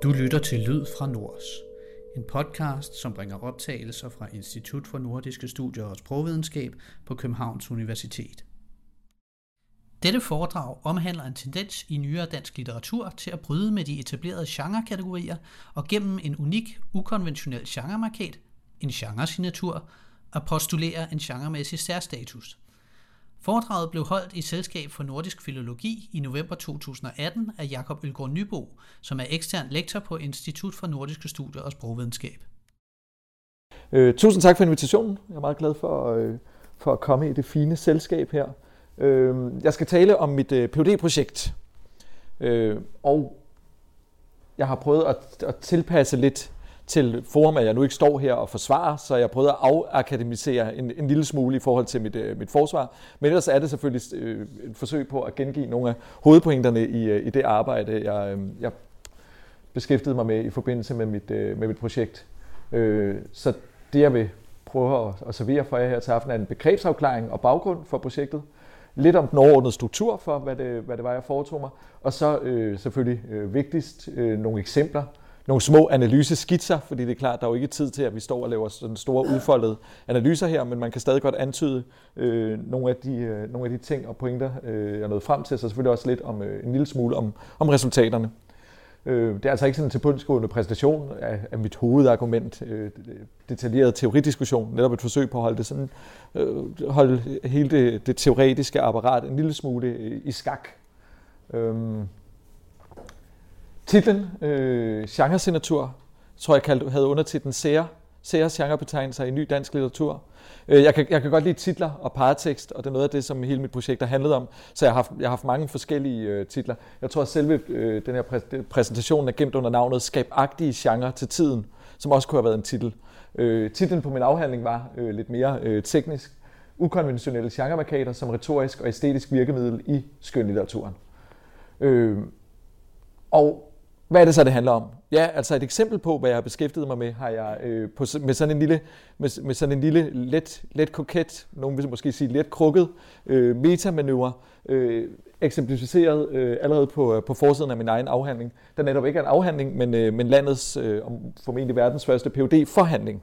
Du lytter til Lyd fra Nords, en podcast, som bringer optagelser fra Institut for Nordiske Studier og Sprogvidenskab på Københavns Universitet. Dette foredrag omhandler en tendens i nyere dansk litteratur til at bryde med de etablerede genrekategorier og gennem en unik, ukonventionel genremarkat, en genresignatur, at postulere en genremæssig særstatus. Foredraget blev holdt i Selskab for Nordisk Filologi i november 2018 af Jakob Ølgaard Nybo, som er ekstern lektor på Institut for Nordiske Studier og Sprogvidenskab. Tusind tak for invitationen. Jeg er meget glad for at komme i det fine selskab her. Jeg skal tale om mit Ph.D.-projekt, og jeg har prøvet at tilpasse lidt til forum, at jeg nu ikke står her og forsvarer, så jeg prøvede at afakademisere en lille smule i forhold til mit forsvar. Men ellers er det selvfølgelig et forsøg på at gengive nogle af hovedpointerne i det arbejde, jeg beskæftigede mig med i forbindelse med mit projekt. Så det, jeg vil prøve at servere for jer her til aften, er en begrebsafklaring og baggrund for projektet. Lidt om den overordnede struktur for, hvad det var, jeg foretog mig. Og så selvfølgelig vigtigst nogle eksempler. Nogle små analyseskitser, fordi det er klart, der er jo ikke tid til, at vi står og laver sådan store udfoldede analyser her, men man kan stadig godt antyde nogle af de ting og pointer, jeg nåede frem til, så selvfølgelig også lidt om en lille smule om resultaterne. Det er altså ikke sådan en tilbundsgående præsentation af mit hovedargument, detaljeret teoridiskussion, netop et forsøg på at holde hele det teoretiske apparat en lille smule i skak. Titlen, genresignatur, tror jeg havde undertitlen sære genrebetegnelser i ny dansk litteratur. Jeg kan godt lide titler og paratekst, og det er noget af det, som hele mit projekt har handlet om. Så jeg har haft mange forskellige titler. Jeg tror, at selve den her præsentation er gemt under navnet Skabagtige genre til tiden, som også kunne have været en titel. Titlen på min afhandling var lidt mere teknisk. Ukonventionelle genremarkater som retorisk og æstetisk virkemiddel i skønlitteraturen. Og hvad er det så, det handler om? Ja, altså et eksempel på, hvad jeg har beskæftiget mig med, har jeg med sådan en lille let koket, nogen vil måske sige let krukket metamanøvre, eksemplificeret allerede på forsiden af min egen afhandling, der netop ikke er en afhandling, men landets formentlig verdens første Ph.D.-forhandling.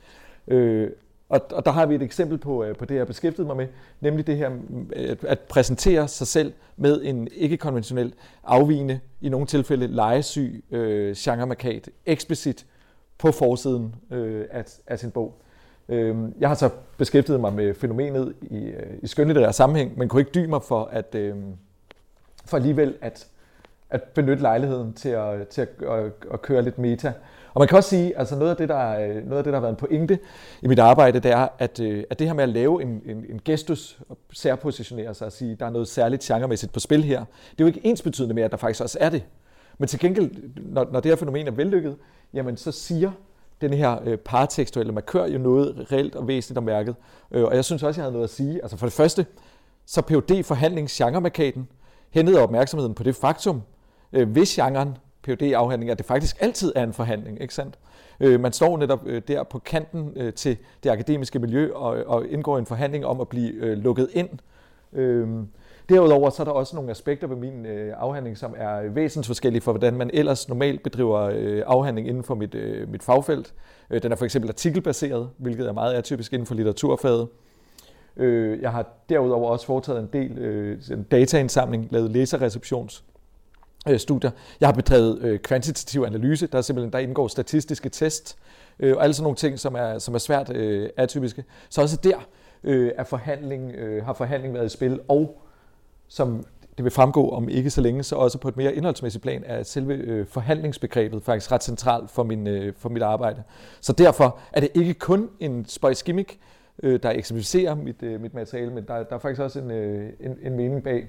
Og der har vi et eksempel på det, jeg beskæftiget mig med, nemlig det her at præsentere sig selv med en ikke-konventionel, afvigende, i nogle tilfælde legesyg genremarkat, eksplicit på forsiden af sin bog. Jeg har så beskæftiget mig med fænomenet i skønlitterær sammenhæng, men kunne ikke dy mig for alligevel at benytte lejligheden til at køre lidt meta. Og man kan også sige, altså noget af det, der har været en pointe i mit arbejde, det er, at det her med at lave en gestus og særpositionere sig og sige, at der er noget særligt genremæssigt på spil her, det er jo ikke ensbetydende med, at der faktisk også er det. Men til gengæld, når det her fænomen er vellykket, jamen så siger den her paratekstuelle markør jo noget reelt og væsentligt om værket. Og jeg synes også, jeg havde noget at sige. Altså for det første, så Ph.D.-forhandlingsgenremarkaten hentede opmærksomheden på det faktum, hvis genren Ph.D.-afhandling, at det faktisk altid er en forhandling, ikke sandt? Man står netop der på kanten til det akademiske miljø og indgår en forhandling om at blive lukket ind. Derudover så er der også nogle aspekter ved min afhandling, som er væsensforskellige for, hvordan man ellers normalt bedriver afhandling inden for mit fagfelt. Den er for eksempel artikelbaseret, hvilket er meget atypisk inden for litteraturfaget. Jeg har derudover også foretaget en del dataindsamling, lavet læserreceptionsstudier. Jeg har bedrevet kvantitativ analyse, der indgår statistiske test, og alle sådan nogle ting, som er svært atypiske. Så også der har forhandling været i spil, og som det vil fremgå om ikke så længe, så også på et mere indholdsmæssigt plan er selve forhandlingsbegrebet faktisk ret centralt for mit arbejde. Så derfor er det ikke kun en spøjs gimmick, der eksemplificerer mit materiale, men der er faktisk også en mening bag.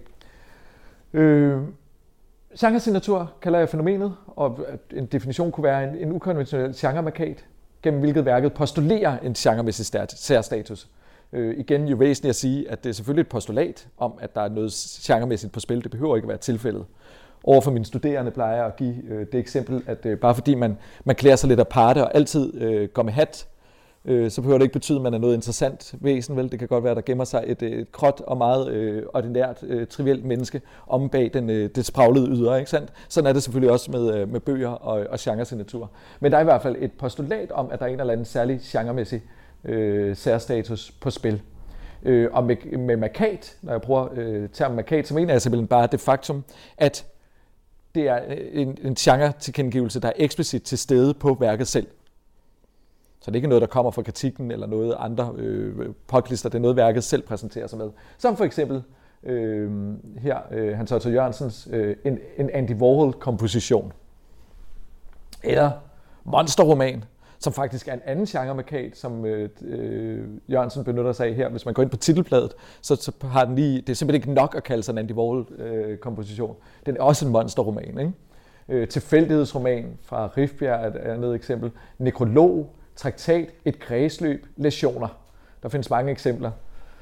Genresignatur kalder jeg fænomenet, og en definition kunne være en ukonventionel genremarkat, gennem hvilket værket postulerer en genremæssig særstatus. Igen jo væsentligt at sige, at det er selvfølgelig et postulat om, at der er noget genremæssigt på spil. Det behøver ikke at være tilfældet. Overfor mine studerende plejer jeg at give det eksempel, at bare fordi man klæder sig lidt aparte og altid går med hat så behøver det ikke betyde, at man er noget interessant væsen, vel? Det kan godt være, at der gemmer sig et gråt og meget ordinært, trivielt menneske om bag det spraglede ydre, ikke sandt? Sådan er det selvfølgelig også med bøger og genresignatur. Men der er i hvert fald et postulat om, at der er en eller anden særlig genremæssig særstatus på spil. Og med markat, når jeg bruger termen markat, så mener jeg simpelthen bare det faktum, at det er en genre-tilkendegivelse, der er eksplicit til stede på værket selv. Så det er ikke noget, der kommer fra kritikken eller noget andre påklister, det er noget, værket selv præsenterer sig med. Som for eksempel her Hans Otto Jørgensens en Andy Warhol-komposition. Eller monsterroman, som faktisk er en anden genre-markat, som Jørgensen benytter sig af her. Hvis man går ind på titelbladet, så har den lige, det er simpelthen ikke nok at kalde sig en Andy Warhol-komposition. Den er også en monsterroman, ikke? Tilfældighedsroman fra Rifbjerg er et andet eksempel. Nekrolog, traktat, et kredsløb, lektioner. Der findes mange eksempler.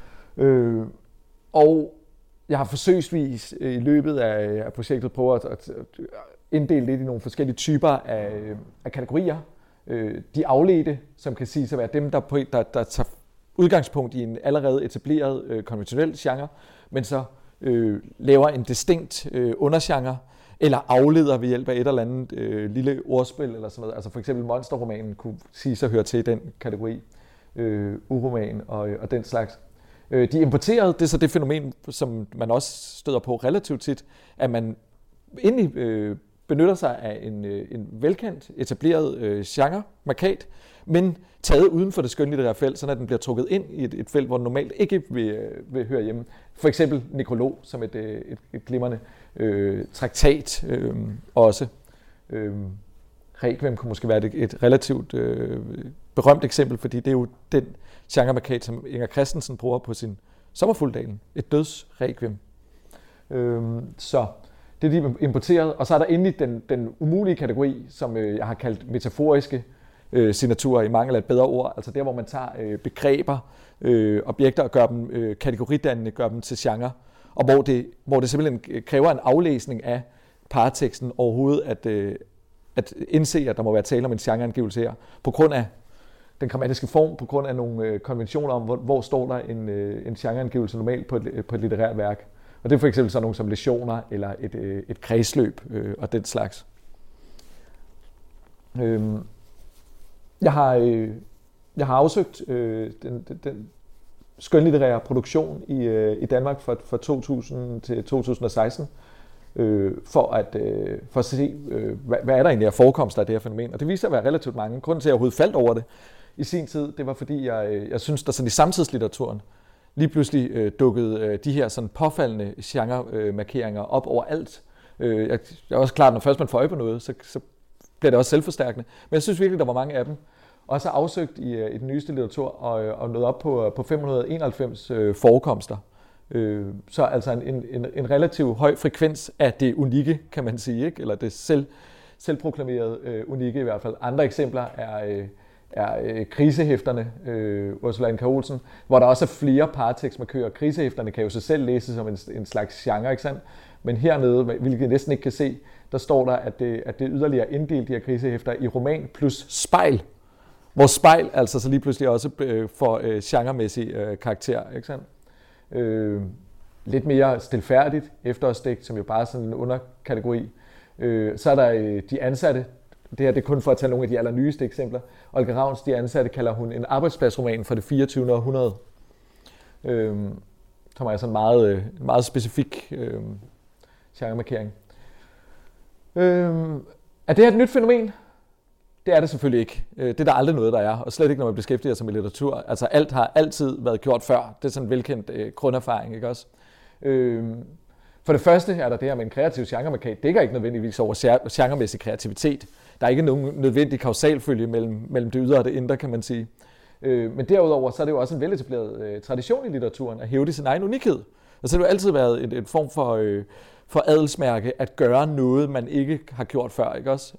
Og jeg har forsøgsvis i løbet af projektet prøvet at inddele lidt i nogle forskellige typer af kategorier. De afledte, som kan siges at være dem, der tager udgangspunkt i en allerede etableret konventionel genre, men så laver en distinkt undergenre, eller afleder ved hjælp af et eller andet lille ordspil eller sådan noget. Altså for eksempel monsterromanen kunne siges at høre til den kategori, uroman og den slags. De importerede, det er så det fænomen, som man også støder på relativt tit, at man egentlig benytter sig af en velkendt, etableret genre, markat, men taget uden for det skønlitterære felt, så den bliver trukket ind i et felt, hvor den normalt ikke vil høre hjemme. For eksempel nekrolog, som et glimrende traktat også. Requiem kunne måske være et relativt berømt eksempel, fordi det er jo den genre-markat, som Inger Christensen bruger på sin Sommerfugledalen. Et dødsrequiem. Så det er de importeret. Og så er der endelig den umulige kategori, som jeg har kaldt metaforiske signaturer i mangel af et bedre ord. Altså der, hvor man tager begreber, objekter og gør dem kategoridannende, gør dem til genre. Og hvor det simpelthen kræver en aflæsning af parateksten overhovedet at indse, at der må være tale om en genreangivelse her, på grund af den grammatiske form, på grund af nogle konventioner om, hvor står der en genreangivelse normalt på et litterært værk. Og det er for eksempel sådan nogle som lektioner eller et kredsløb og den slags. Jeg har afsøgt den skønlitterære produktion i Danmark fra 2000 til 2016 for at se, hvad er der egentlig af forekomster af det her fænomen. Og det viser at være relativt mange. Grunden til, at jeg overhovedet faldt over det i sin tid, det var fordi, jeg synes, der sådan i samtidslitteraturen lige pludselig dukkede de her sådan påfaldende genre-markeringer op overalt. Jeg er også klart, når først man får øje på noget, så bliver det også selvforstærkende. Men jeg synes virkelig, der var mange af dem. Og så afsøgt i den nyeste litteratur og nåede op på 591 forekomster. Så altså en relativt høj frekvens af det unikke, kan man sige, ikke? Eller det selvproklamerede unikke i hvert fald. Andre eksempler er krisehæfterne, Ursula N.K. Olsen, hvor der også er flere paratekstmarkører. Krisehæfterne kan jo sig selv læses som en slags genre, ikke sandt? Men hernede, hvilket jeg næsten ikke kan se, der står der, at det yderligere inddelt de her krisehæfter i roman plus spejl. Hvor spejl altså så lige pludselig også får genremæssig karakter, ikke sandt? Lidt mere stilfærdigt, efterårsdigt, som jo bare er sådan en underkategori. Så er der de ansatte. Det her det er kun for at tage nogle af de allernyeste eksempler. Olga Ravns De ansatte kalder hun en arbejdspladsroman fra det 24. århundrede. Som er sådan en meget specifik genremarkering. Er det her et nyt fænomen? Det er det selvfølgelig ikke. Det er der aldrig noget, der er, og slet ikke, når man beskæftiger sig med litteratur. Altså alt har altid været gjort før. Det er sådan en velkendt grunderfaring, ikke også? For det første er der det her med en kreativ genremarkat. Det er ikke nødvendigvis over genremæssig kreativitet. Der er ikke nogen nødvendig kausalfølge mellem det ydre og det indre, kan man sige. Men derudover så er det jo også en veletableret tradition i litteraturen at hævde sin egen unikhed. Altså det har jo altid været en form for adelsmærke at gøre noget, man ikke har gjort før, ikke også?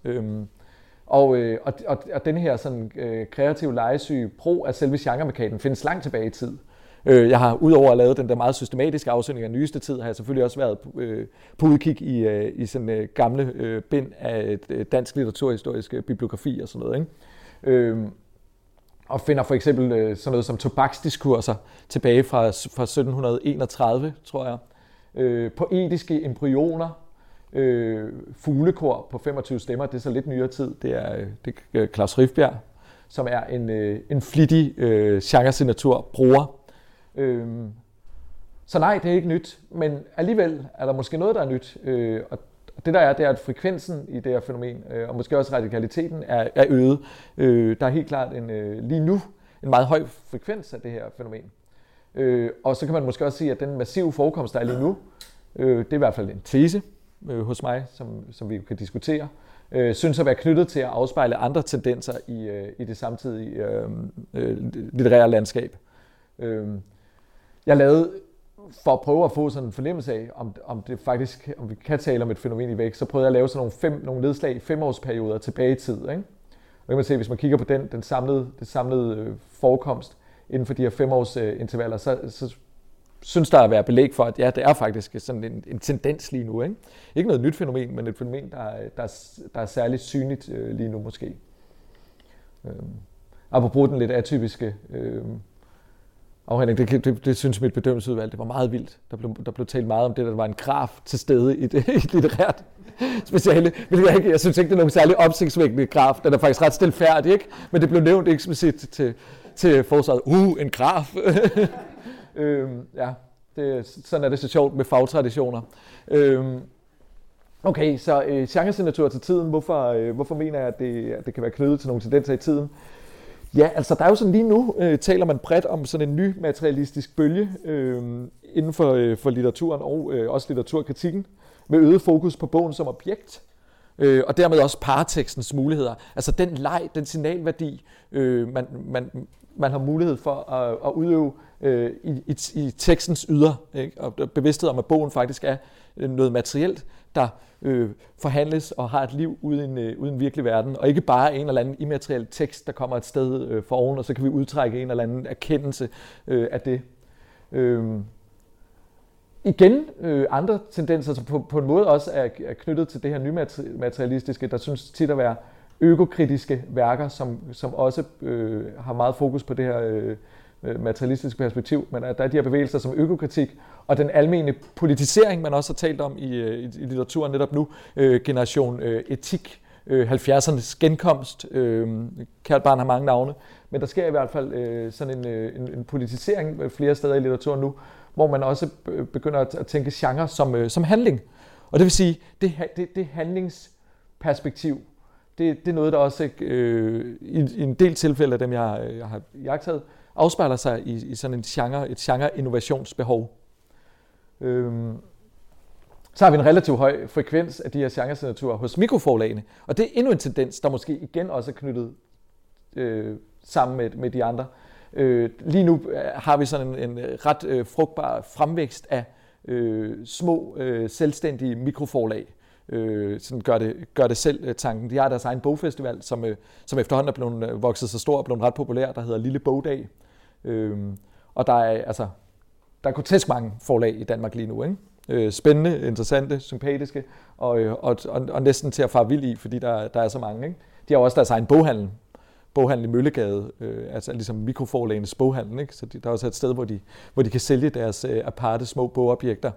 Og den her sådan, kreative legesyge brug af selve genremarkaten findes langt tilbage i tid. Jeg har udover at lave den der meget systematiske afsøgning af nyeste tid, har jeg selvfølgelig også været på udkig i sådan gamle bind af et dansk litteraturhistorisk bibliografi og sådan noget, ikke? og finder for eksempel sådan noget som tobaksdiskurser tilbage fra 1731, tror jeg. Poetiske embryoner, fuglekor på 25 stemmer, det er så lidt nyere tid, det er Claus Rifbjerg, som er en flittig genresignatur-bruger. Så nej, det er ikke nyt, men alligevel er der måske noget, der er nyt, og det der er, det er, at frekvensen i det her fænomen, og måske også radikaliteten, er øget. Der er helt klart lige nu en meget høj frekvens af det her fænomen. Og så kan man måske også sige, at den massive forekomst, der er lige nu, det er i hvert fald en tese hos mig, som vi kan diskutere, synes at være knyttet til at afspejle andre tendenser i det samtidige litterære landskab. Jeg lavede, for at prøve at få sådan en fornemmelse af, om vi kan tale om et fænomen i vækst, så prøvede jeg at lave sådan nogle nedslag i 5-årsperioder tilbage i tid. Ikke? Og kan man se, hvis man kigger på den samlede forekomst inden for de her 5-års intervaller, så synes der at være belæg for, at ja, det er faktisk sådan en tendens lige nu. Ikke noget nyt fænomen, men et fænomen, der er særligt synligt lige nu måske. Apropos den lidt atypiske afhandling, det synes mit bedømmelsesudvalg, det var meget vildt. Der blev talt meget om det, der var en graf til stede i et litterært speciale. Jeg synes ikke, det er nogen særlig opsigtsvækkende graf. Den er faktisk ret stilfærdig, ikke? Men det blev nævnt eksplicit til forsvaret. En graf! Ja, sådan er det så sjovt med fagtraditioner. Okay, så genresignatur til tiden. Hvorfor mener jeg, at det kan være knyttet til nogle tendenser i tiden? Ja, altså der er jo sådan lige nu, taler man bredt om sådan en ny materialistisk bølge inden for litteraturen og også litteraturkritikken, med øget fokus på bogen som objekt, og dermed også paratekstens muligheder. Altså den leg, den signalværdi, man har mulighed for at udøve i tekstens ydre, ikke? Og bevidsthed om, at bogen faktisk er noget materielt, der forhandles og har et liv uden virkelig verden, og ikke bare en eller anden immateriel tekst, der kommer et sted foroven, og så kan vi udtrække en eller anden erkendelse af det. Igen andre tendenser, som på en måde også er knyttet til det her nymaterialistiske, der synes tit at være økokritiske værker, som også har meget fokus på det her materialistiske perspektiv, men der er de her bevægelser som økokritik, og den almene politisering, man også har talt om i litteraturen netop nu, generation etik, 70'ernes genkomst, kært barn har mange navne, men der sker i hvert fald sådan en politisering flere steder i litteraturen nu, hvor man også begynder at tænke genre som handling. Og det vil sige, det handlingsperspektiv, det er noget, der også i en del tilfælde af dem, jeg har iagttaget, afspejler sig i sådan et genre-innovationsbehov. Så har vi en relativt høj frekvens af de her genresignaturer hos mikroforlagene, og det er endnu en tendens, der måske igen også er knyttet sammen med de andre. Lige nu har vi sådan en ret frugtbar fremvækst af små selvstændige mikroforlag, sådan gør det selv tanken. De har deres egen bogfestival, som efterhånden er blevet vokset så stor og blevet ret populær, der hedder Lille Bogdag. Og der er grotesk mange forlag i Danmark lige nu, ikke? Spændende, interessante, sympatiske og næsten til at fare vild i, fordi der er så mange, ikke? De har også deres egen boghandel i Møllegade, altså ligesom mikroforlagenes boghandel, ikke? Så der er også et sted, hvor de kan sælge deres aparte små bogobjekter.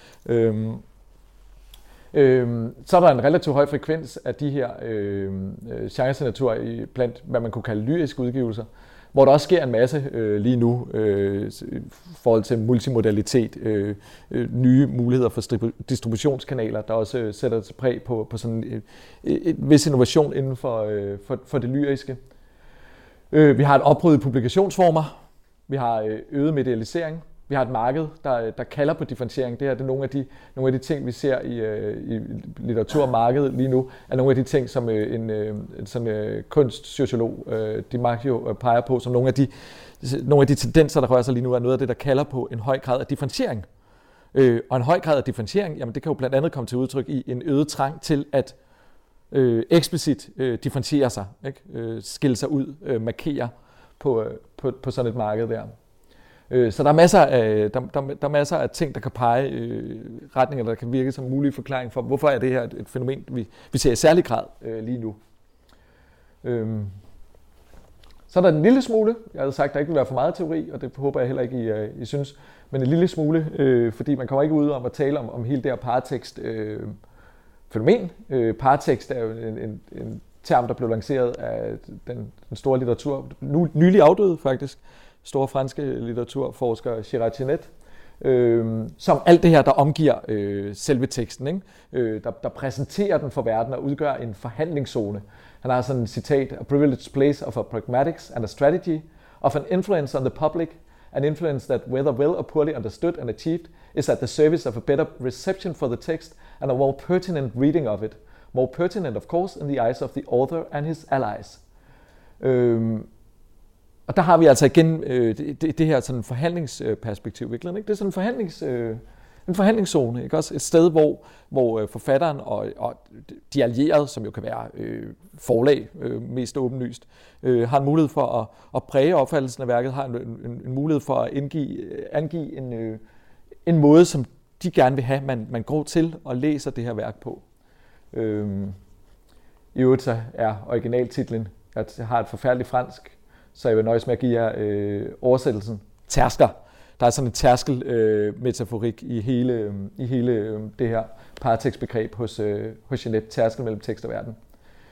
Så er der en relativt høj frekvens af de her genresignaturer blandt, hvad man kunne kalde lyriske udgivelser, hvor der også sker en masse lige nu i forhold til multimodalitet, nye muligheder for distributionskanaler, der også sætter sig præg på sådan et vis innovation inden for det lyriske. Vi har et opbrud i publikationsformer, vi har øget medialisering, vi har et marked, der kalder på differentiering. Det her det er nogle af de ting, vi ser i litteraturmarkedet lige nu, er nogle af de ting, som en kunstsociolog, DiMaggio, peger på, som nogle af de tendenser, der rører sig lige nu, er noget af det, der kalder på en høj grad af differentiering. Og en høj grad af differentiering, jamen det kan jo blandt andet komme til udtryk i en øget trang til at eksplicit differentiere sig, ikke? Skille sig ud, markere på sådan et marked der. Så der er masser af ting, der kan pege retninger, der kan virke som mulig forklaring for, hvorfor er det her et fænomen, vi ser i særlig grad lige nu. Så er der en lille smule, jeg havde sagt, der ikke vil være for meget teori, og det håber jeg heller ikke, I synes, men en lille smule, fordi man kommer ikke ud om at tale om hele det her paratekst-fænomen. Paratekst er jo en term, der blev lanceret af den store litteratur, nylig afdøde faktisk, store franske litteraturforsker Gérard Genette, som alt det her, der omgiver selve teksten, ikke? Der præsenterer den for verden og udgør en forhandlingszone. Han har sådan et citat: "A privileged place of a pragmatics and a strategy, of an influence on the public, an influence that, whether well or poorly understood and achieved, is at the service of a better reception for the text and a more pertinent reading of it. More pertinent, of course, in the eyes of the author and his allies." Og der har vi altså igen det her sådan forhandlingsperspektiv, virkelig, ikke? Det er sådan en forhandlingszone, ikke også? Et sted, hvor forfatteren og de allierede, som jo kan være forlag mest åbenlyst, har en mulighed for at præge opfattelsen af værket, har en mulighed for at angive en måde, som de gerne vil have, man går til og læser det her værk på. I øvrigt så er originaltitlen, at jeg har et forfærdeligt fransk, så jeg vil nøjes med at give jer oversættelsen. Tærsker. Der er sådan en tærskelmetaforik i hele det her paratekstbegreb hos Genette. Tærskel mellem tekst og verden.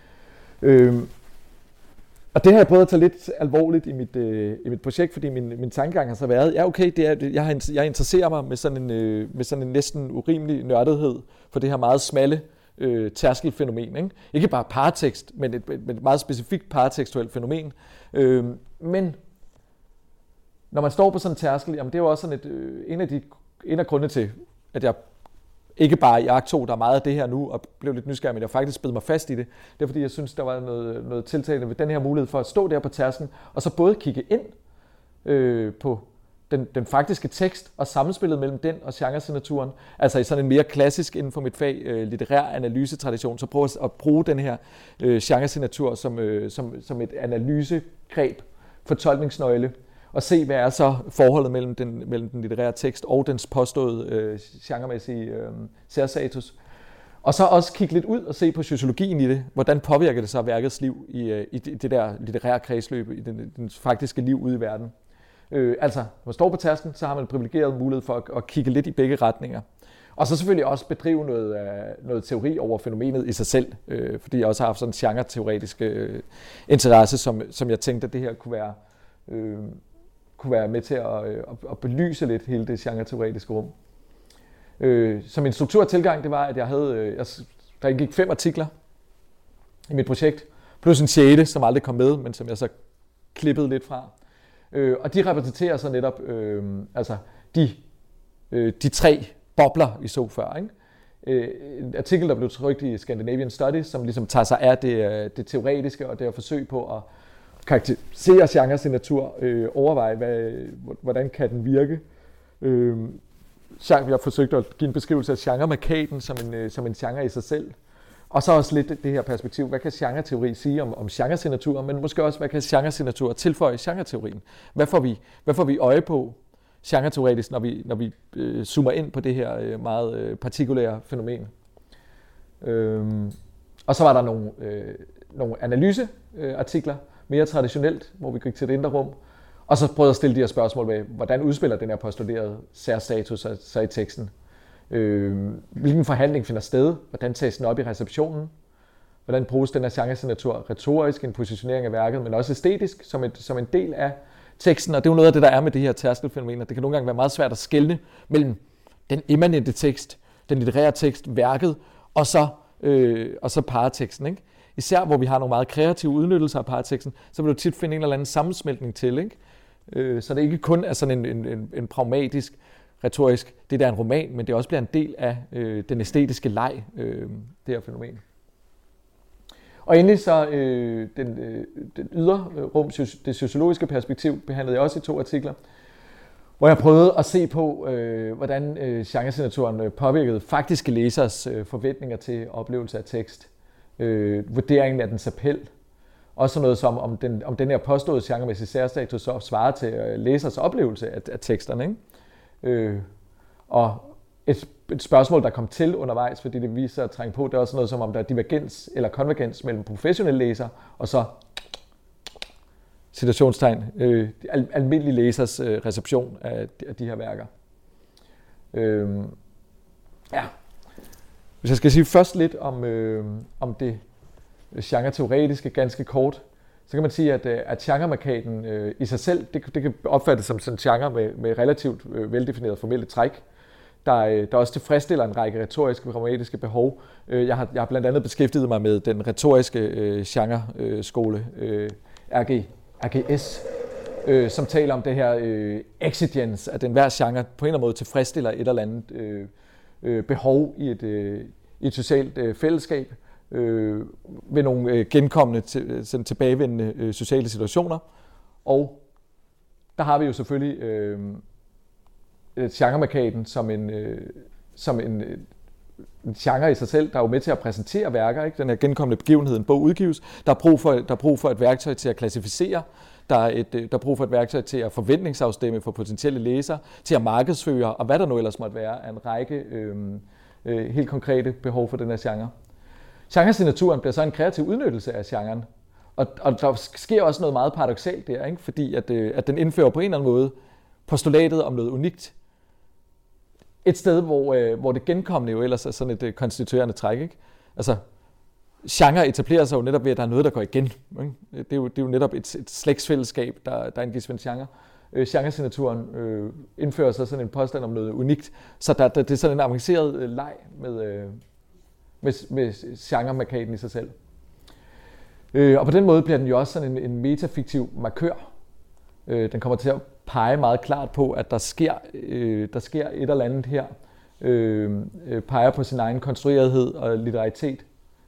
Og det har jeg prøvet at tage lidt alvorligt i mit projekt, fordi min tankegang har så været, ja okay, jeg interesserer mig med sådan en næsten urimelig nørdethed for det her meget smalle tærskelfænomen. Ikke bare paratekst, men et meget specifikt paratekstuelt fænomen. Men når man står på sådan en tærskel, jamen det er jo også sådan en af grundene til, at jeg ikke bare i akt 2, der er meget af det her nu, og blev lidt nysgerrig, men jeg faktisk bed mig fast i det. Det er fordi, jeg synes, der var noget tiltalende ved den her mulighed for at stå der på tærsklen, og så både kigge ind på den faktiske tekst og sammenspillet mellem den og genresignaturen, altså i sådan en mere klassisk inden for mit fag litterær analysetradition, så prøve at bruge den her genresignatur som et analysegreb, fortolkningsnøgle, og se, hvad er så forholdet mellem den litterære tekst og dens påståede genremæssige særstatus. Og så også kigge lidt ud og se på sociologien i det. Hvordan påvirker det så værkets liv i det der litterære kredsløb, i den faktiske liv ude i verden. Altså, når man står på tærsklen, så har man en privilegeret mulighed for at kigge lidt i begge retninger. Og så selvfølgelig også bedrive noget teori over fænomenet i sig selv, fordi jeg også har haft sådan en genre-teoretisk interesse, som jeg tænkte, at det her kunne være med til at belyse lidt hele det genre-teoretiske rum. Så min struktur og tilgang, det var, at der indgik 5 artikler i mit projekt, plus en 6., som aldrig kom med, men som jeg så klippede lidt fra. Og de repræsenterer så netop de 3 bobler, vi så før. Ikke? En artikel, der blev trykt i Scandinavian Studies, som ligesom tager sig af det teoretiske, og det er at forsøg på at karakterisere genresignatur, overveje, hvordan kan den virke. Vi har forsøgt at give en beskrivelse af genremarkaden som en genre i sig selv. Og så også lidt det her perspektiv, hvad kan genreteori sige om genresignaturer, men måske også, hvad kan genresignaturer tilføje genreteorien? Hvad får vi øje på genreteoretisk, når vi zoomer ind på det her meget partikulære fænomen? Og så var der nogle analyseartikler, mere traditionelt, hvor vi gik til det indre rum, og så prøvede at stille de her spørgsmål med, hvordan udspiller den her postulerede særstatus sig i teksten? Hvilken forhandling finder sted? Hvordan tages den op i receptionen? Hvordan bruges den her genresignatur retorisk i en positionering af værket, men også æstetisk som en del af teksten? Og det er jo noget af det, der er med det her tærskelfænomen, at det kan nogle gange være meget svært at skelne mellem den immanente tekst, den litterære tekst, værket, og så parateksten, ikke? Især hvor vi har nogle meget kreative udnyttelser af parateksten, så vil du tit finde en eller anden sammensmeltning til, ikke? Så det ikke kun er sådan en pragmatisk, retorisk, det der er en roman, men det også bliver en del af den æstetiske leg, det her fænomen. Og endelig så den ydre rum, det sociologiske perspektiv, behandlede jeg også i 2 artikler, hvor jeg prøvede at se på, hvordan genresignaturen påvirkede faktiske læsers forventninger til oplevelse af tekst. Vurderingen af dens appel. Også noget som, om den her påståede genremæssige særstatus så svarer til læsers oplevelse af teksterne, ikke? Og et spørgsmål, der kom til undervejs, fordi det viser at trænge på, det er også noget som, om der er divergens eller konvergens mellem professionelle læsere og så citationstegn, almindelig læsers reception af de her værker. Ja. Hvis jeg skal sige først lidt om det genre-teoretiske ganske kort, så kan man sige, at genremarkaden i sig selv, det kan opfattes som sådan en genre med relativt veldefinerede formelle træk, der også tilfredsstiller en række retoriske og grammatiske behov. Jeg har blandt andet beskæftiget mig med den retoriske genreskole, RGS, som taler om det her exigence, at enhver genre på en eller anden måde tilfredsstiller et eller andet behov i et socialt fællesskab, ved nogle genkommende, tilbagevendende sociale situationer. Og der har vi jo selvfølgelig genremarkaden som en genre i sig selv, der er jo med til at præsentere værker, ikke? Den her genkommende begivenhed, en bog udgives. Der er brug for et værktøj til at klassificere. Der er brug for et værktøj til at forventningsafstemme for potentielle læsere, til at markedsføre, og hvad der nu ellers måtte være af en række helt konkrete behov for den her genre. Genresignaturen bliver så en kreativ udnyttelse af genren, og der sker også noget meget paradoksalt der, ikke? Fordi at den indfører på en eller anden måde postulatet om noget unikt. Et sted, hvor det genkommende jo ellers er sådan et konstituerende træk, ikke? Altså, genre etablerer sig jo netop ved, at der er noget, der går igen. Ikke? Det er jo netop et slægtsfællesskab, der indgives ved en genre. Genresignaturen indfører så sådan en påstand om noget unikt, så det er sådan en avanceret leg med genremarkaden i sig selv. Og på den måde bliver den jo også sådan en metafiktiv markør. Den kommer til at pege meget klart på, at der sker et eller andet her. Peger på sin egen konstruerethed og litteraritet.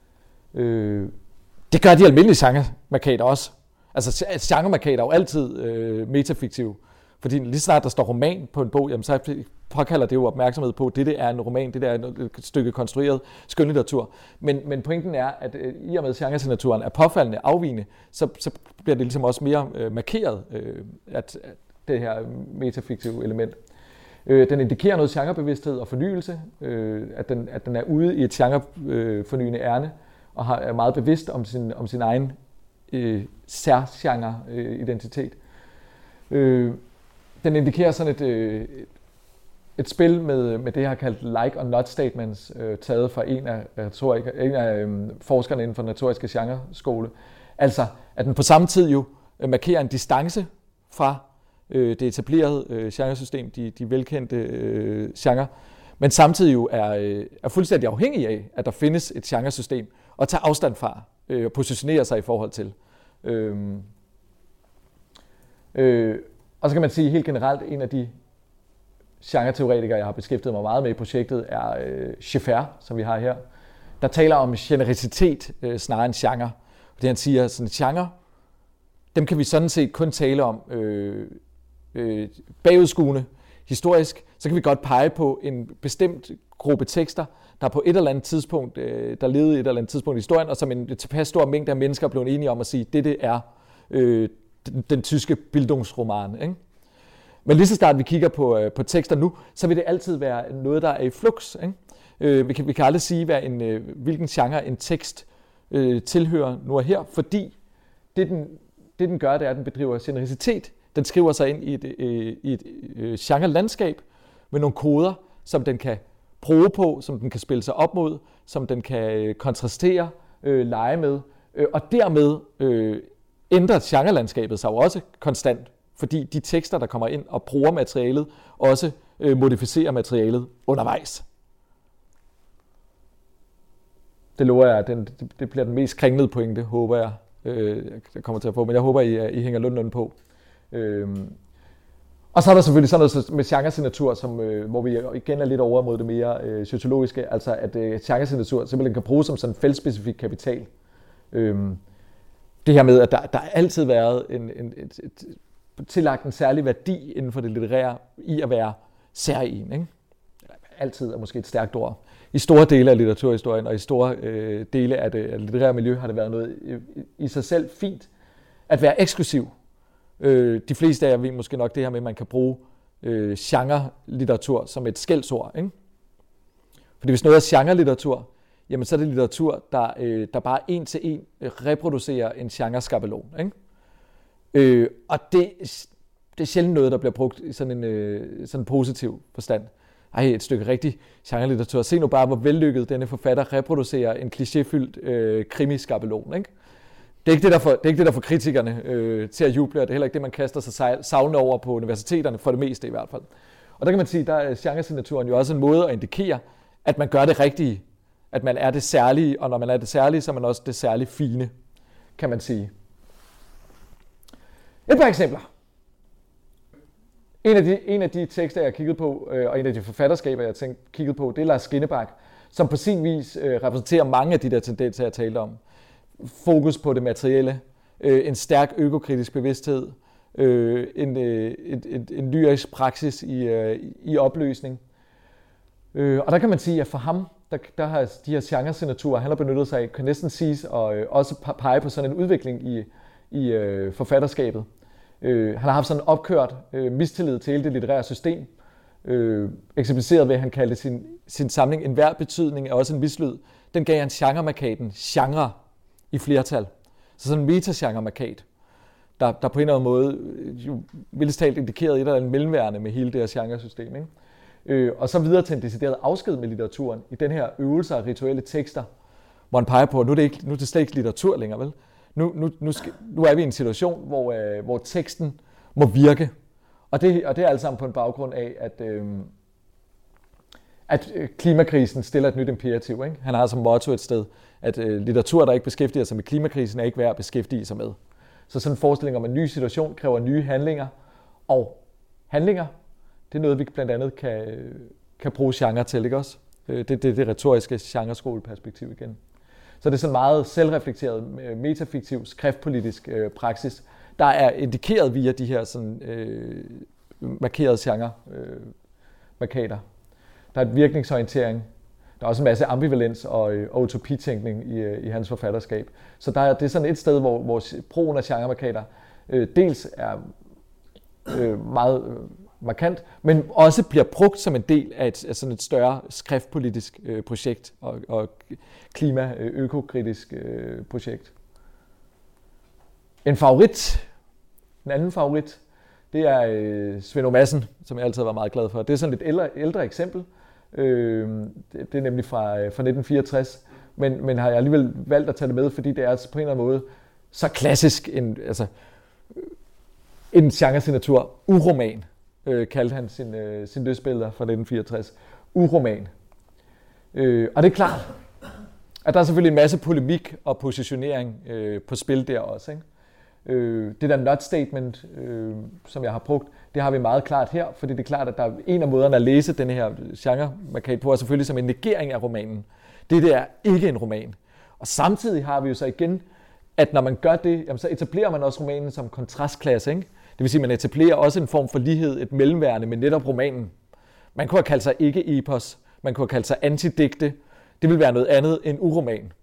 Det gør de almindelige genremarkader også. Altså genremarkader er jo altid metafiktive. Fordi lige snart der står roman på en bog, jamen, så påkalder det jo opmærksomhed på, at det er en roman, det er et stykke konstrueret skønlitteratur. Men pointen er, at i og med genresignaturen er påfaldende afvigende, så bliver det ligesom også mere markeret, at det her metafiktive element. Den indikerer noget genrebevidsthed og fornyelse, at den er ude i et genrefornyende ærne, og er meget bevidst om sin egen særgenre-identitet. Den indikerer sådan et spil med det her kaldt like or not statements, taget fra en af forskerne inden for den retoriske genreskole. Altså, at den på samme tid jo markerer en distance fra det etablerede genresystem, de velkendte genre, men samtidig jo er fuldstændig afhængig af, at der findes et genresystem og tager afstand fra og positionerer sig i forhold til. Og så kan man sige helt generelt, en af de genre-teoretikere, jeg har beskæftiget mig meget med i projektet, er Schaeffer, som vi har her, der taler om genericitet snarere end genre. Fordi han siger, sådan genre, dem kan vi sådan set kun tale om bagudskuende, historisk, så kan vi godt pege på en bestemt gruppe tekster, der på et eller andet tidspunkt, der levede et eller andet tidspunkt i historien, og som en tilpas stor mængde af mennesker er blevet enige om at sige, det er den tyske Bildungsroman. Ikke? Men lige så snart vi kigger på tekster nu, så vil det altid være noget, der er i flux. Ikke? Vi kan aldrig sige, hvilken genre en tekst tilhører nu og her, fordi det den gør, det er, at den bedriver genericitet. Den skriver sig ind i et genre-landskab med nogle koder, som den kan bruge på, som den kan spille sig op mod, som den kan kontrastere, lege med, og dermed ændrer genrelandskabet sig jo også konstant, fordi de tekster, der kommer ind og bruger materialet, også modificerer materialet undervejs. Det lover jeg, det bliver den mest kringlede pointe, håber jeg kommer til at få, men jeg håber, I hænger nogenlunde på. Og så er der selvfølgelig sådan noget med genresignatur, hvor vi igen er lidt over mod det mere sociologiske, altså at genresignatur simpelthen kan bruges som sådan en feltspecifik kapital. Det her med, at der altid været tillagt en særlig værdi inden for det litterære i at være særegen. Ikke? Altid er måske et stærkt ord. I store dele af litteraturhistorien og i store dele af det litterære miljø har det været noget i sig selv fint at være eksklusiv. De fleste af jer ved måske nok det her med, at man kan bruge genre-litteratur som et skældsord. Ikke? Fordi hvis noget er genre-litteratur, jamen så er det litteratur, der bare en til en reproducerer en genre-skabelon. Ikke? Og det er sjældent noget, der bliver brugt i sådan en positiv forstand. Et stykke rigtig genrelitteratur. Se nu bare, hvor vellykket denne forfatter reproducerer en klichéfyldt krimiskabelon, ikke? Det er ikke det, der får kritikerne til at juble, og det er heller ikke det, man kaster sig savne over på universiteterne, for det meste i hvert fald. Og der kan man sige, der er genresignaturen jo også en måde at indikere, at man gør det rigtige, at man er det særlige, og når man er det særlige, så er man også det særligt fine, kan man sige. Et par eksempler. En af de tekster, jeg har kigget på, og en af de forfatterskaber, jeg har kigget på, det er Lars Skinnebak, som på sin vis repræsenterer mange af de der tendenser, jeg talte om. Fokus på det materielle, en stærk økokritisk bevidsthed, en lyrisk praksis i opløsning. Og der kan man sige, at for ham, der har de her genresignaturer, han har benyttet sig af, kan næsten siges, og også pege på sådan en udvikling i forfatterskabet. Han har haft sådan en opkørt mistillid til hele det litterære system, eksemplificeret ved, at han kaldte sin samling Enhver betydning er også en mislyd. Den gav han genremarkaten genre i flertal. Så sådan en metagenremarkat, der på en eller anden måde jo vildest talt indikerede et eller andet mellemværende med hele det her genresystem, ikke? Og så videre til en decideret afsked med litteraturen i den her øvelse af rituelle tekster, hvor han peger på, at nu er det slet ikke litteratur længere, vel? Nu er vi i en situation, hvor teksten må virke. Og det er alt sammen på en baggrund af, at klimakrisen stiller et nyt imperativ, ikke? Han har som motto et sted, at litteratur, der ikke beskæftiger sig med klimakrisen, er ikke værd at beskæftige sig med. Så sådan en forestilling om en ny situation kræver nye handlinger. Og handlinger, det er noget, vi blandt andet kan bruge genre til, ikke også? Det er det retoriske genreskoleperspektiv igen. Så det er sådan meget selvreflekteret, metafiktiv, skriftpolitisk praksis, der er indikeret via de her sådan, markerede genre-markater. Der er et virkningsorientering. Der er også en masse ambivalens og utopitænkning i hans forfatterskab. Så det er sådan et sted, hvor brugen af genremarkater dels er meget markant, men også bliver brugt som en del af sådan et større skriftpolitisk projekt og klima-økokritisk projekt. En anden favorit, det er Svend O. Madsen, som jeg altid har været meget glad for. Det er sådan et lidt ældre eksempel. Det er nemlig fra 1964, men har jeg alligevel valgt at tage det med, fordi det er altså på en eller anden måde så klassisk en genresignatur. Uroman, kaldte han sin lystbilleder fra 1964. Uroman. Og det er klart, at der er selvfølgelig en masse polemik og positionering på spil der også, ikke? Det der not statement, som jeg har brugt, det har vi meget klart her, fordi det er klart, at der er en af måderne at læse denne her genre-markat på, er selvfølgelig som en negering af romanen. Det er ikke en roman. Og samtidig har vi jo så igen, at når man gør det, jamen, så etablerer man også romanen som kontrastklasse, ikke? Det vil sige, at man etablerer også en form for lighed, et mellemværende med netop romanen. Man kunne have kaldt sig ikke-epos, man kunne have kaldt sig antidigte. Det vil være noget andet end uroman.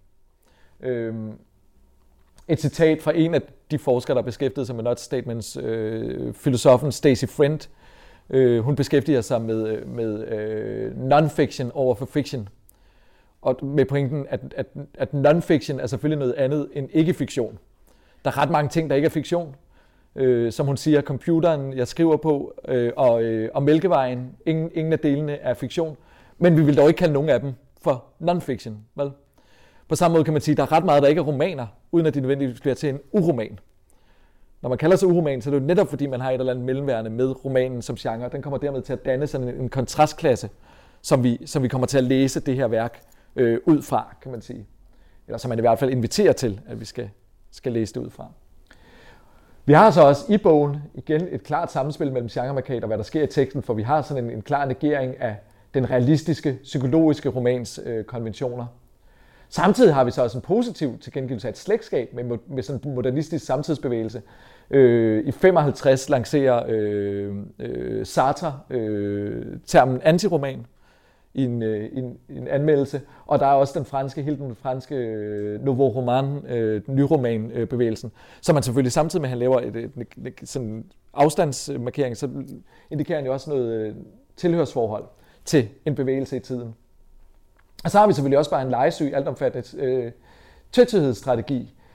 Et citat fra en af de forskere, der beskæftigede sig med not statements, filosofen Stacey Friend. Hun beskæftiger sig med non-fiction over for fiction. Og med pointen, at non-fiction er selvfølgelig noget andet end ikke-fiktion. Der er ret mange ting, der ikke er fiktion. Som hun siger, computeren, jeg skriver på, og Mælkevejen, ingen af delene er fiktion. Men vi vil dog ikke kalde nogen af dem for non-fiction, vel? På samme måde kan man sige, at der er ret meget, der ikke er romaner, uden at de nødvendigvis bliver til en uroman. Når man kalder sig uroman, så er det jo netop fordi, man har et eller andet mellemværende med romanen som genre. Den kommer dermed til at danne sådan en kontrastklasse, som vi kommer til at læse det her værk ud fra, kan man sige. Eller som man i hvert fald inviterer til, at vi skal læse det ud fra. Vi har så også i bogen igen et klart sammenspil mellem genremarkat og hvad der sker i teksten, for vi har sådan en klar negering af den realistiske, psykologiske romans konventioner. Samtidig har vi så også en positiv tilkendegivelse af et slægtskab med sådan en modernistisk samtidsbevægelse. I 55 lancerer Sartre termen antiroman i en anmeldelse, og der er også den franske nouveau roman, nyromanbevægelsen, som man selvfølgelig samtidig med, at han laver sådan afstandsmarkering, så indikerer han jo også noget tilhørsforhold til en bevægelse i tiden. Og så har vi selvfølgelig også bare en legesyg, altomfattende tvetydighedsstrategi,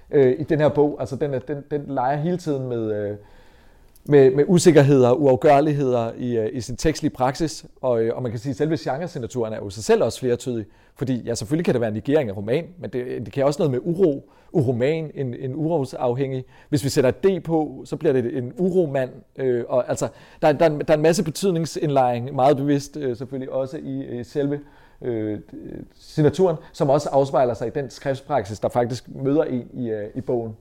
i den her bog. Altså den leger hele tiden med usikkerheder og uafgørligheder i sin tekstlige praksis, og man kan sige, at selve genresignaturen er jo sig selv også flertydig, fordi ja, selvfølgelig kan det være en negering af roman, men det kan også noget med uro, uroman, en urosafhængig. Hvis vi sætter et D på, så bliver det en uromand, og altså, der er en masse betydningsindlejring, meget bevidst selvfølgelig også i selve signaturen, som også afspejler sig i den skriftspraksis, der faktisk møder en i bogen.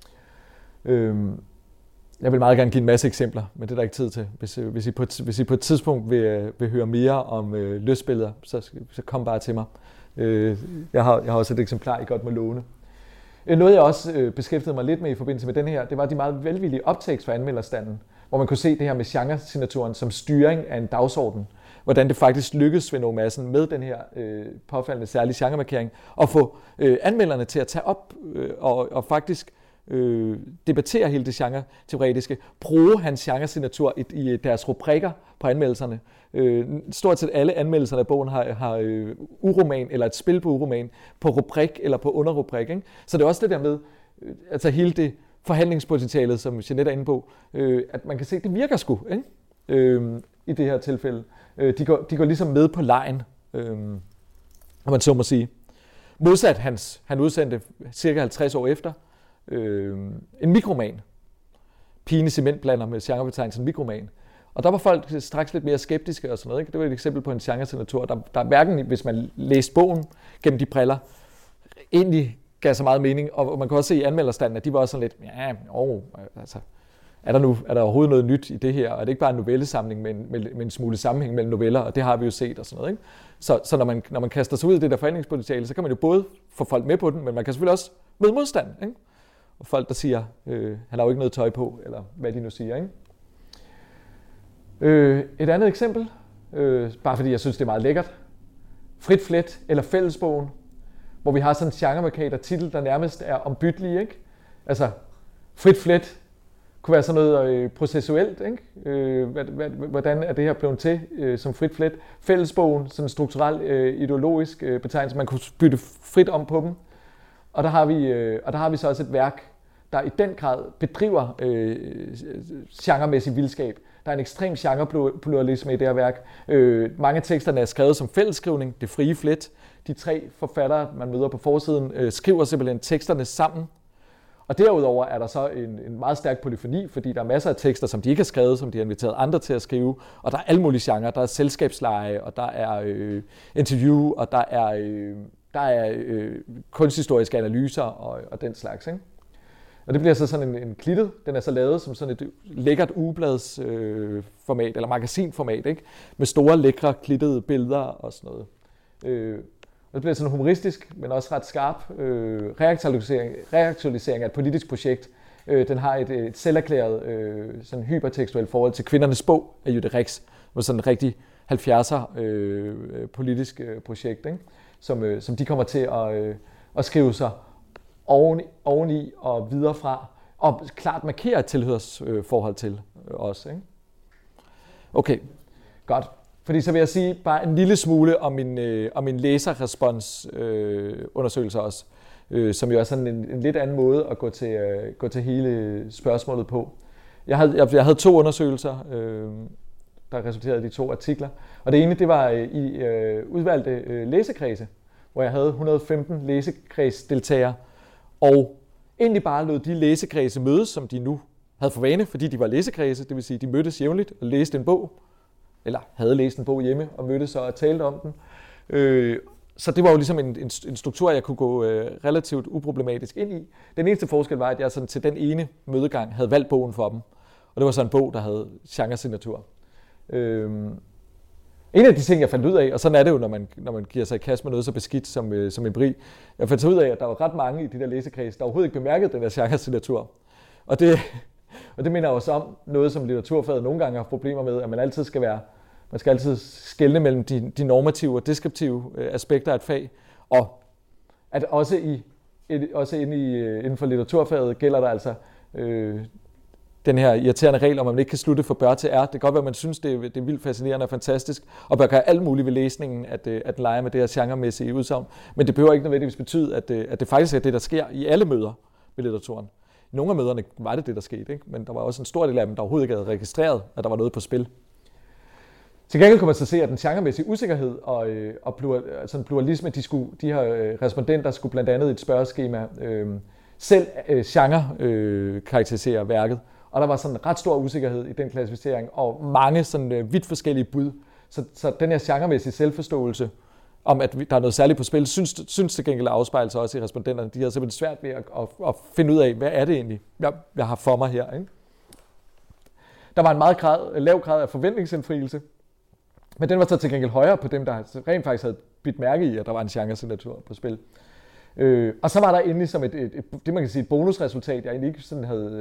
Jeg vil meget gerne give en masse eksempler, men det er der ikke tid til. Hvis I på et tidspunkt vil høre mere om lystbilleder, så kom bare til mig. Jeg har også et eksemplar, I godt må låne. Noget jeg også beskæftigede mig lidt med i forbindelse med den her, det var de meget velvillige optekst fra anmelderstanden, hvor man kunne se det her med genresignaturen som styring af en dagsorden. Hvordan det faktisk lykkedes Svend Madsen med den her påfaldende særlige genremarkering at få anmelderne til at tage op og faktisk debattere hele det genre-teoretiske, bruge hans genresignatur i deres rubrikker på anmeldelserne. Stort set alle anmeldelserne af bogen har uroman eller et spil på uroman på rubrik eller på underrubrik. Ikke? Så det er også det der med, altså hele det forhandlingspotentialet, som Jeanette er inde på, at man kan se, at det virker sgu, ikke? I det her tilfælde. De går ligesom med på lejen, om man så må sige. Modsat han udsendte cirka 50 år efter en mikroman. Pigen i cementblander med genrebetegnelsen mikroman. Og der var folk straks lidt mere skeptiske og sådan noget. Ikke? Det var et eksempel på en genresignatur, der hverken, hvis man læste bogen gennem de briller, egentlig gav så meget mening. Og man kan også se i anmelderstanden, at de var også sådan lidt, altså, er der overhovedet noget nyt i det her? Og er det ikke bare en novellesamling med en smule sammenhæng mellem noveller? Og det har vi jo set og sådan noget. Ikke? Så når man kaster sig ud i det der forhandlingspotentiale, så kan man jo både få folk med på den, men man kan selvfølgelig også møde modstand. Ikke? Og folk, der siger, han har jo ikke noget tøj på, eller hvad de nu siger. Ikke? Et andet eksempel, bare fordi jeg synes, det er meget lækkert. Frit Flet eller Fællesbogen, hvor vi har sådan en genremarkator titel, der nærmest er ombytlig. Ikke? Altså, Frit Flet kunne være sådan noget processuelt. Ikke? Hvordan er det her blevet til som Frit Flet? Fællesbogen, sådan en strukturel ideologisk betegnelse, man kunne bytte frit om på dem. Og der har vi så også et værk, der i den grad bedriver genremæssig vildskab. Der er en ekstrem genrepluralisme i det her værk. Mange af teksterne er skrevet som fællesskrivning, det frie flet. De 3 forfattere, man møder på forsiden, skriver simpelthen teksterne sammen. Og derudover er der så en meget stærk polyfoni, fordi der er masser af tekster, som de ikke har skrevet, som de har inviteret andre til at skrive. Og der er alle mulige genrer. Der er selskabsleje, og der er interview, og der er kunsthistoriske analyser og den slags. Ikke? Og det bliver så sådan en klittet. Den er så lavet som sådan et lækkert ugebladsformat, eller magasinformat, ikke? Med store, lækre, klittede billeder og sådan noget. Og det bliver sådan humoristisk, men også ret skarp reaktualisering af et politisk projekt. Den har et selverklæret sådan hypertekstuelt forhold til Kvindernes Bog af Jytte Rex, med sådan en rigtig 70'er politisk projekt, ikke? Som de kommer til at skrive sig oveni og videre fra, og klart markere et tilhørsforhold til os. Ikke? Okay, godt. Fordi så vil jeg sige bare en lille smule om min læserrespons-undersøgelser også, som jo er sådan en lidt anden måde at gå til hele spørgsmålet på. Jeg havde 2 undersøgelser, der resulterede i de 2 artikler. Og det ene, det var i udvalgte læsekredse, hvor jeg havde 115 læsekredsdeltagere, og egentlig bare lod de læsekredse mødes, som de nu havde for vane, fordi de var læsekredse, det vil sige, de mødtes jævnligt og læste en bog, eller havde læst en bog hjemme og mødtes og talte om den. Så det var jo ligesom en struktur, jeg kunne gå relativt uproblematisk ind i. Den eneste forskel var, at jeg sådan til den ene mødegang havde valgt bogen for dem, og det var så en bog, der havde genresignatur. En af de ting, jeg fandt ud af, og sådan er det jo, når man giver sig i kast med noget så beskidt som en bri, jeg fandt ud af, at der var ret mange i de der læsekreds, der overhovedet ikke bemærkede den der genresignatur. Og det minder også om noget, som litteraturfaget nogle gange har problemer med, at man skal altid skelne mellem de normative og deskriptive aspekter af et fag, og at også inden for litteraturfaget gælder der altså den her irriterende regel, om man ikke kan slutte fra bør til er. Det kan godt være, at man synes, det er vildt fascinerende og fantastisk, og bør gøre alt muligt ved læsningen, at den leger med det her genremæssige udsagn. Men det behøver ikke nødvendigvis betyde, at det faktisk er det, der sker i alle møder ved litteraturen. I nogle af møderne var det, der skete, ikke? Men der var også en stor del af dem, der overhovedet ikke havde registreret, at der var noget på spil. Til gengæld kunne man så se, at den genremæssige usikkerhed og pluralisme, de her respondenter skulle blandt andet i et spørgeskema selv karakterisere værket. Og der var sådan en ret stor usikkerhed i den klassificering, og mange sådan vidt forskellige bud. Så den her genremæssige selvforståelse om, at der er noget særligt på spil, synes til gengæld afspejler sig også i respondenterne. De har simpelthen svært ved at finde ud af, hvad er det egentlig, jeg har for mig her. Ikke? Der var en meget lav grad af forventningsindfrielse, men den var så til gengæld højere på dem, der rent faktisk havde bidt mærke i, at der var en genresignatur på spil. Og så var der endelig som det man kan sige et bonusresultat, jeg egentlig ikke sådan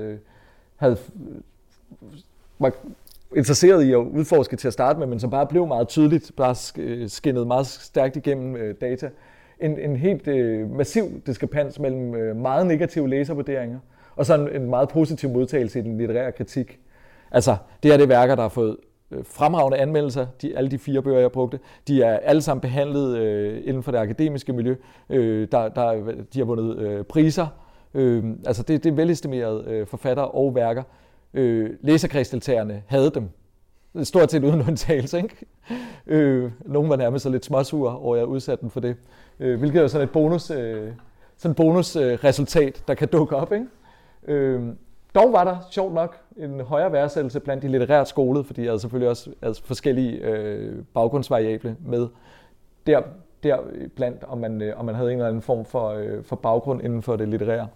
var interesseret i at udforske til at starte med, men som bare blev meget tydeligt, bare skinnede meget stærkt igennem data. En helt massiv diskrepans mellem meget negative læservurderinger og så en meget positiv modtagelse i den litterære kritik. Altså, det er det værker, der har fået fremragende anmeldelser, alle de 4 bøger, jeg brugte. De er alle sammen behandlet inden for det akademiske miljø. De har vundet priser. Altså, det er velistimerede forfattere og værker. Læserkredsdeltagerne havde dem. Stort set uden undtagelse, ikke? Nogle var nærmest så lidt småsure over, at jeg udsatte dem for det. Hvilket er sådan et bonusresultat, der kan dukke op, ikke? Dog var der, sjovt nok, en højere værdsættelse blandt de litterært skolede, fordi jeg havde selvfølgelig også forskellige baggrundsvariable med der blandt, om man havde en eller anden form for baggrund inden for det litterære.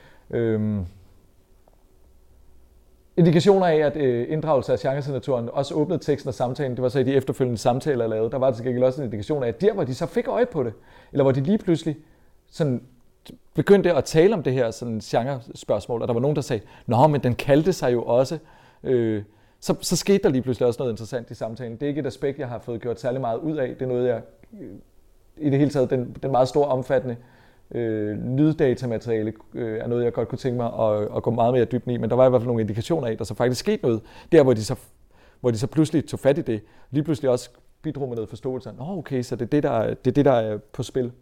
Indikationer af, at inddragelse af genresignaturen også åbnede teksten og samtalen, det var så i de efterfølgende samtaler, jeg lavede, der var det til gengæld også en indikation af, at der, hvor de så fik øje på det, eller hvor de lige pludselig sådan begyndte at tale om det her sådan genre-spørgsmål, og der var nogen, der sagde, nå, men den kaldte sig jo også, så skete der lige pludselig også noget interessant i samtalen. Det er ikke et aspekt, jeg har fået gjort særlig meget ud af. Det er noget, jeg i det hele taget, den meget store omfattende lyddata-materiale er noget, jeg godt kunne tænke mig at gå meget mere dybden i, men der var i hvert fald nogle indikationer af, at der så faktisk skete noget, der hvor de så pludselig tog fat i det, lige pludselig også bidrog med noget forståelse. Nå, okay, så det er det, der er på spil.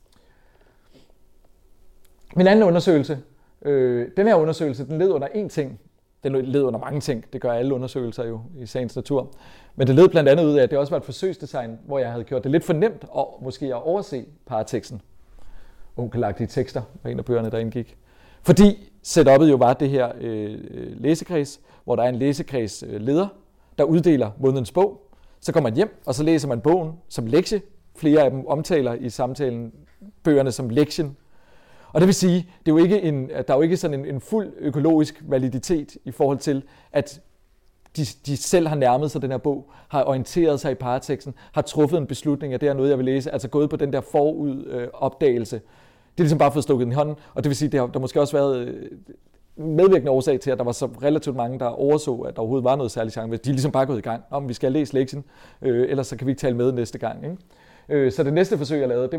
Min anden undersøgelse, den her undersøgelse, den led under én ting. Den led under mange ting. Det gør alle undersøgelser jo i sagens natur. Men det led blandt andet ud af, at det også var et forsøgsdesign, hvor jeg havde gjort det lidt for nemt måske at overse parateksten. Onkelagtige tekster var en af bøgerne, der indgik. Fordi setup'et jo var det her læsekreds, hvor der er en læsekredsleder, der uddeler månedens bog. Så går man hjem, og så læser man bogen som lektie. Flere af dem omtaler i samtalen bøgerne som lektien. Og det vil sige, der er jo ikke sådan en fuld økologisk validitet i forhold til, at de selv har nærmet sig den her bog, har orienteret sig i parateksten, har truffet en beslutning, at det er noget, jeg vil læse, altså gået på den der forudopdagelse. Det er ligesom bare fået stukket i hånden, og det vil sige, der måske også været medvirkende årsag til, at der var så relativt mange, der overså, at der overhovedet var noget særligt chance. De er ligesom bare gået i gang, om vi skal læse lektien, ellers så kan vi ikke tale med næste gang. Ikke? Så det næste forsøg, jeg lavede,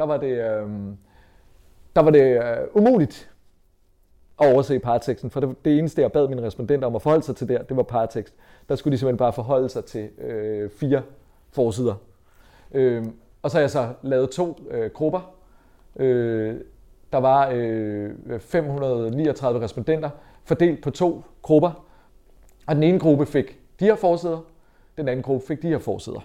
der var det umuligt at overse parateksten, for det eneste, jeg bad mine respondenter om at forholde sig til det var paratekst. Der skulle de simpelthen bare forholde sig til 4 forsider. Og så har jeg så lavet 2 grupper. Der var 539 respondenter, fordelt på 2 grupper. Og den ene gruppe fik de her forsider, den anden gruppe fik de her forsider.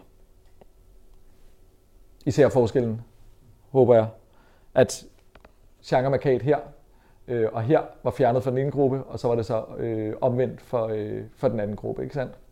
I ser forskellen, håber jeg, at genremarkat her og her var fjernet fra den ene gruppe, og så var det så omvendt for den anden gruppe, ikke sandt?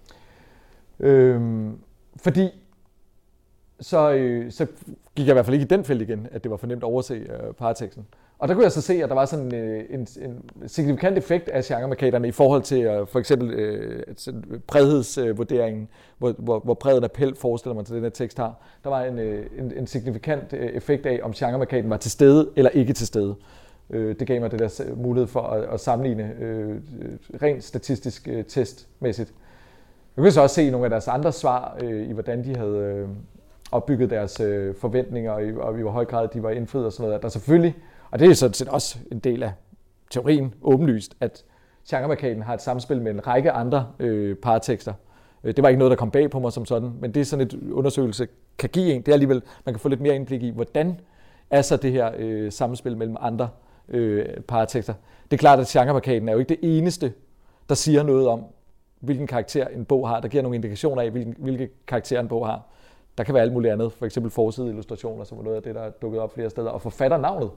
Fordi så gik jeg i hvert fald ikke i den felt igen, at det var for nemt at overse parateksten. Og der kunne jeg så se, at der var sådan en signifikant effekt af genremarkaterne i forhold til for eksempel bredhedsvurderingen, hvor bred en appel forestiller man til den her tekst har. Der var en signifikant effekt af, om genremarkaten var til stede eller ikke til stede. Det gav mig det der mulighed for at sammenligne rent statistisk testmæssigt. Jeg kunne så også se nogle af deres andre svar i, hvordan de havde opbygget deres forventninger, og i hvor høj grad de var indfriet og sådan noget. Der selvfølgelig, og det er sådan set også en del af teorien, åbenlyst, at genremarkaten har et samspil med en række andre paratekster. Det var ikke noget, der kom bag på mig som sådan, men det er sådan et undersøgelse kan give en. Det er alligevel, man kan få lidt mere indblik i, hvordan er så det her samspil mellem andre paratekster. Det er klart, at genremarkaden er jo ikke det eneste, der siger noget om, hvilken karakter en bog har. Der giver nogle indikationer af, hvilke karakterer en bog har. Der kan være alt muligt andet, for eksempel forsideillustrationer, som er noget af det, der er dukket op flere steder, og forfatternavnet.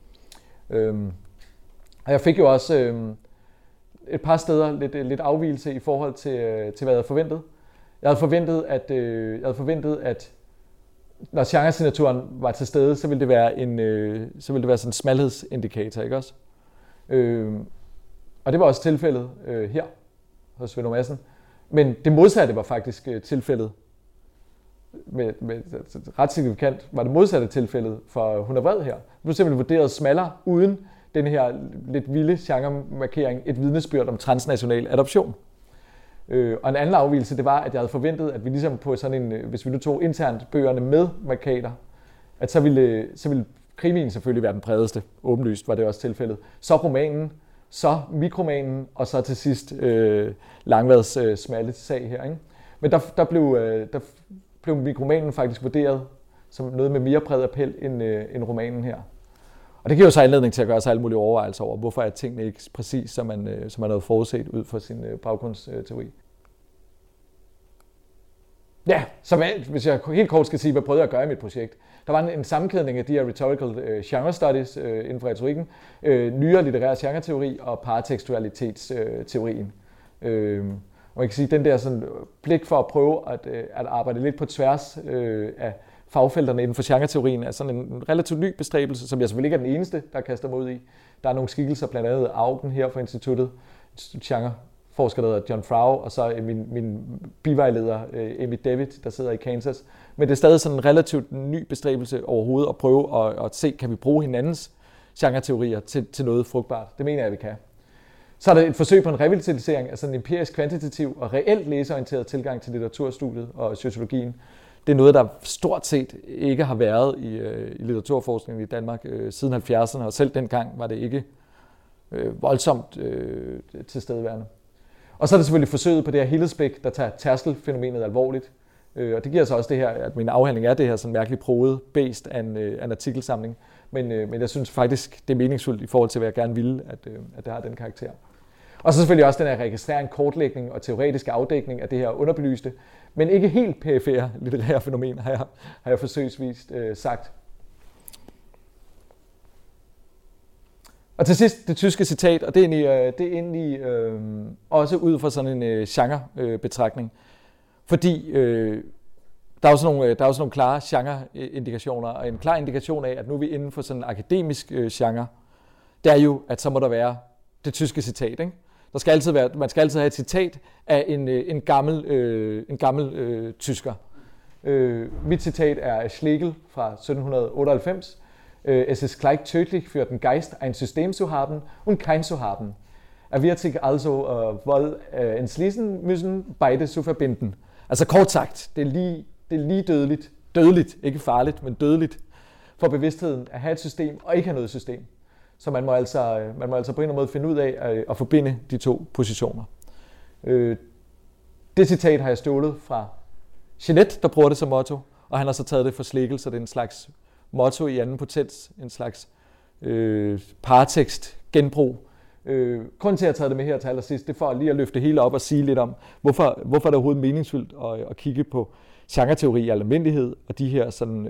Og jeg fik jo også et par steder lidt afvigelse i forhold til hvad jeg havde forventet. Jeg havde forventet, at når genresignaturen var til stede, så ville det være sådan en smalhedsindikator, ikke også? Og det var også tilfældet her hos Svend Madsen. Men det modsatte var faktisk tilfældet. Med ret signifikant var det modsatte tilfældet for Hun er vred her. Nu simpelthen vurderet smallere uden den her lidt vilde genremarkering, et vidnesbyrd om transnational adoption. Og en anden afvigelse, det var, at jeg havde forventet, at vi ligesom på sådan en, hvis vi nu tog internt bøgerne med markader, at så ville krimien selvfølgelig være den bredeste. Åbenlyst var det også tilfældet. Så romanen, så mikromanen, og så til sidst Langvads smalle sag her. Ikke? Men der blev mikromanen faktisk vurderet som noget med mere bred appel end romanen her. Og det giver jo så anledning til at gøre sig alle mulige overvejelser over, hvorfor er tingene ikke præcis, som man havde forudset ud fra sin baggrundsteori. Ja, så hvis jeg helt kort skal sige, hvad prøvede jeg at gøre i mit projekt. Der var en sammenkædning af de her rhetorical genre studies inden for retorikken, nyere litterær genreteori og paratekstualitetsteorien. Og man kan sige, den der sådan blik for at prøve at arbejde lidt på tværs af fagfelterne inden for genreteorien er sådan en relativt ny bestræbelse, som jeg selvfølgelig ikke er den eneste, der kaster mig ud i. Der er nogle skikkelser, blandt andet Augen her fra instituttet, genreforsker, der hedder John Frau, og så min bivejleder Amy David, der sidder i Kansas. Men det er stadig sådan en relativt ny bestræbelse overhovedet at prøve at se, kan vi bruge hinandens genreteorier til noget frugtbart. Det mener jeg, vi kan. Så er der et forsøg på en revitalisering af sådan en empirisk, kvantitativ og reelt læseorienteret tilgang til litteraturstudiet og sociologien. Det er noget, der stort set ikke har været i litteraturforskningen i Danmark siden 70'erne, og selv dengang var det ikke voldsomt tilstedeværende. Og så er det selvfølgelig forsøget på det her helhedsblik, der tager tærskelfænomenet alvorligt. Og det giver så også det her, at min afhandling er det her sådan mærkeligt proget based af en artikelsamling. Men jeg synes faktisk, det er meningsfuldt i forhold til, hvad jeg gerne ville, at det har den karakter. Og så selvfølgelig også den her registrering, kortlægning og teoretisk afdækning af det her underbelyste, men ikke helt perifære litterære fænomen, har jeg forsøgsvist sagt. Og til sidst det tyske citat, og det er egentlig også ud fra sådan en genrebetragtning. Fordi der er også nogle klare genreindikationer, og en klar indikation af, at nu er vi inden for sådan en akademisk genre, det er jo, at så må der være det tyske citat, ikke? Man skal altid have et citat af en gammel tysker. Mit citat er af Schlegel fra 1798. Es ist gleich tödlich für den Geist, ein System zu haben und kein zu haben. Wird sich also wohl entschließen müssen, beide zu verbinden. Altså kort sagt, det er lige dødeligt, ikke farligt, men dødeligt, for bevidstheden at have et system og ikke have noget system. Så man må altså på en eller anden måde finde ud af at forbinde de to positioner. Det citat har jeg stjålet fra Jeanette, der bruger det som motto, og han har så taget det fra Schlegel, så det er en slags motto i anden potens, en slags paratekst genbrug. Grunden til, at jeg har taget det med her til allersidst, det er for lige at løfte hele op og sige lidt om, hvorfor er det overhovedet meningsfyldt at kigge på genreteori i almindelighed, og de her sådan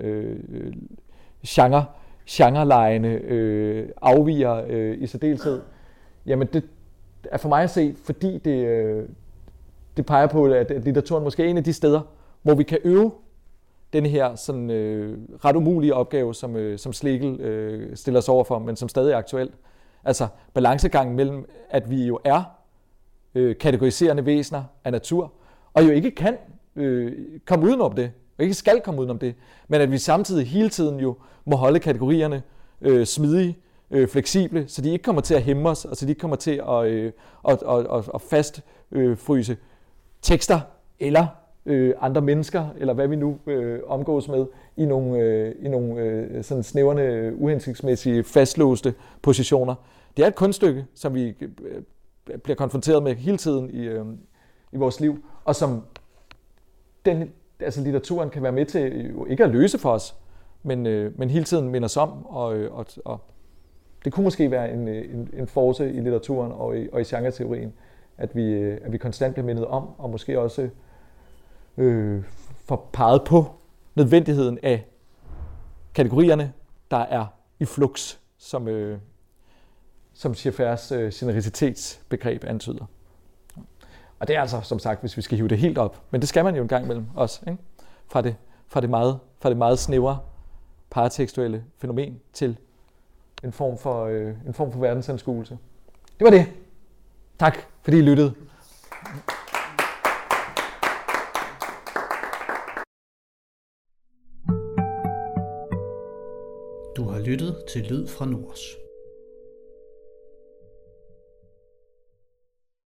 genrelejende afviger i særdeleshed. Jamen det er for mig at se, fordi det peger på, at litteraturen måske er en af de steder, hvor vi kan øve den her sådan, ret umulige opgave, som Schlegel stiller sig overfor, men som stadig er aktuel. Altså balancegangen mellem, at vi jo er kategoriserende væsener af natur, og jo ikke kan komme udenom det, og ikke skal komme udenom det, men at vi samtidig hele tiden jo må holde kategorierne smidige, fleksible, så de ikke kommer til at hæmme os, og så de ikke kommer til at fastfryse tekster eller andre mennesker, eller hvad vi nu omgås med, i nogle sådan snævrende, uhensigtsmæssige, fastlåste positioner. Det er et kunststykke, som vi bliver konfronteret med hele tiden i vores liv, og som litteraturen kan være med til, ikke at løse for os, men hele tiden minde os om, Det kunne måske være en force i litteraturen og i genreteorien, at vi konstant bliver mindet om, og måske også får peget på nødvendigheden af kategorierne, der er i flux, som Schaeffers genericitetsbegreb antyder. Og det er altså, som sagt, hvis vi skal hive det helt op, men det skal man jo en gang imellem også, ikke? Fra det meget snævre paratekstuelle fænomen til en form for verdensanskuelse. Det var det. Tak, fordi I lyttede. Du har lyttet til Lyd fra Nords.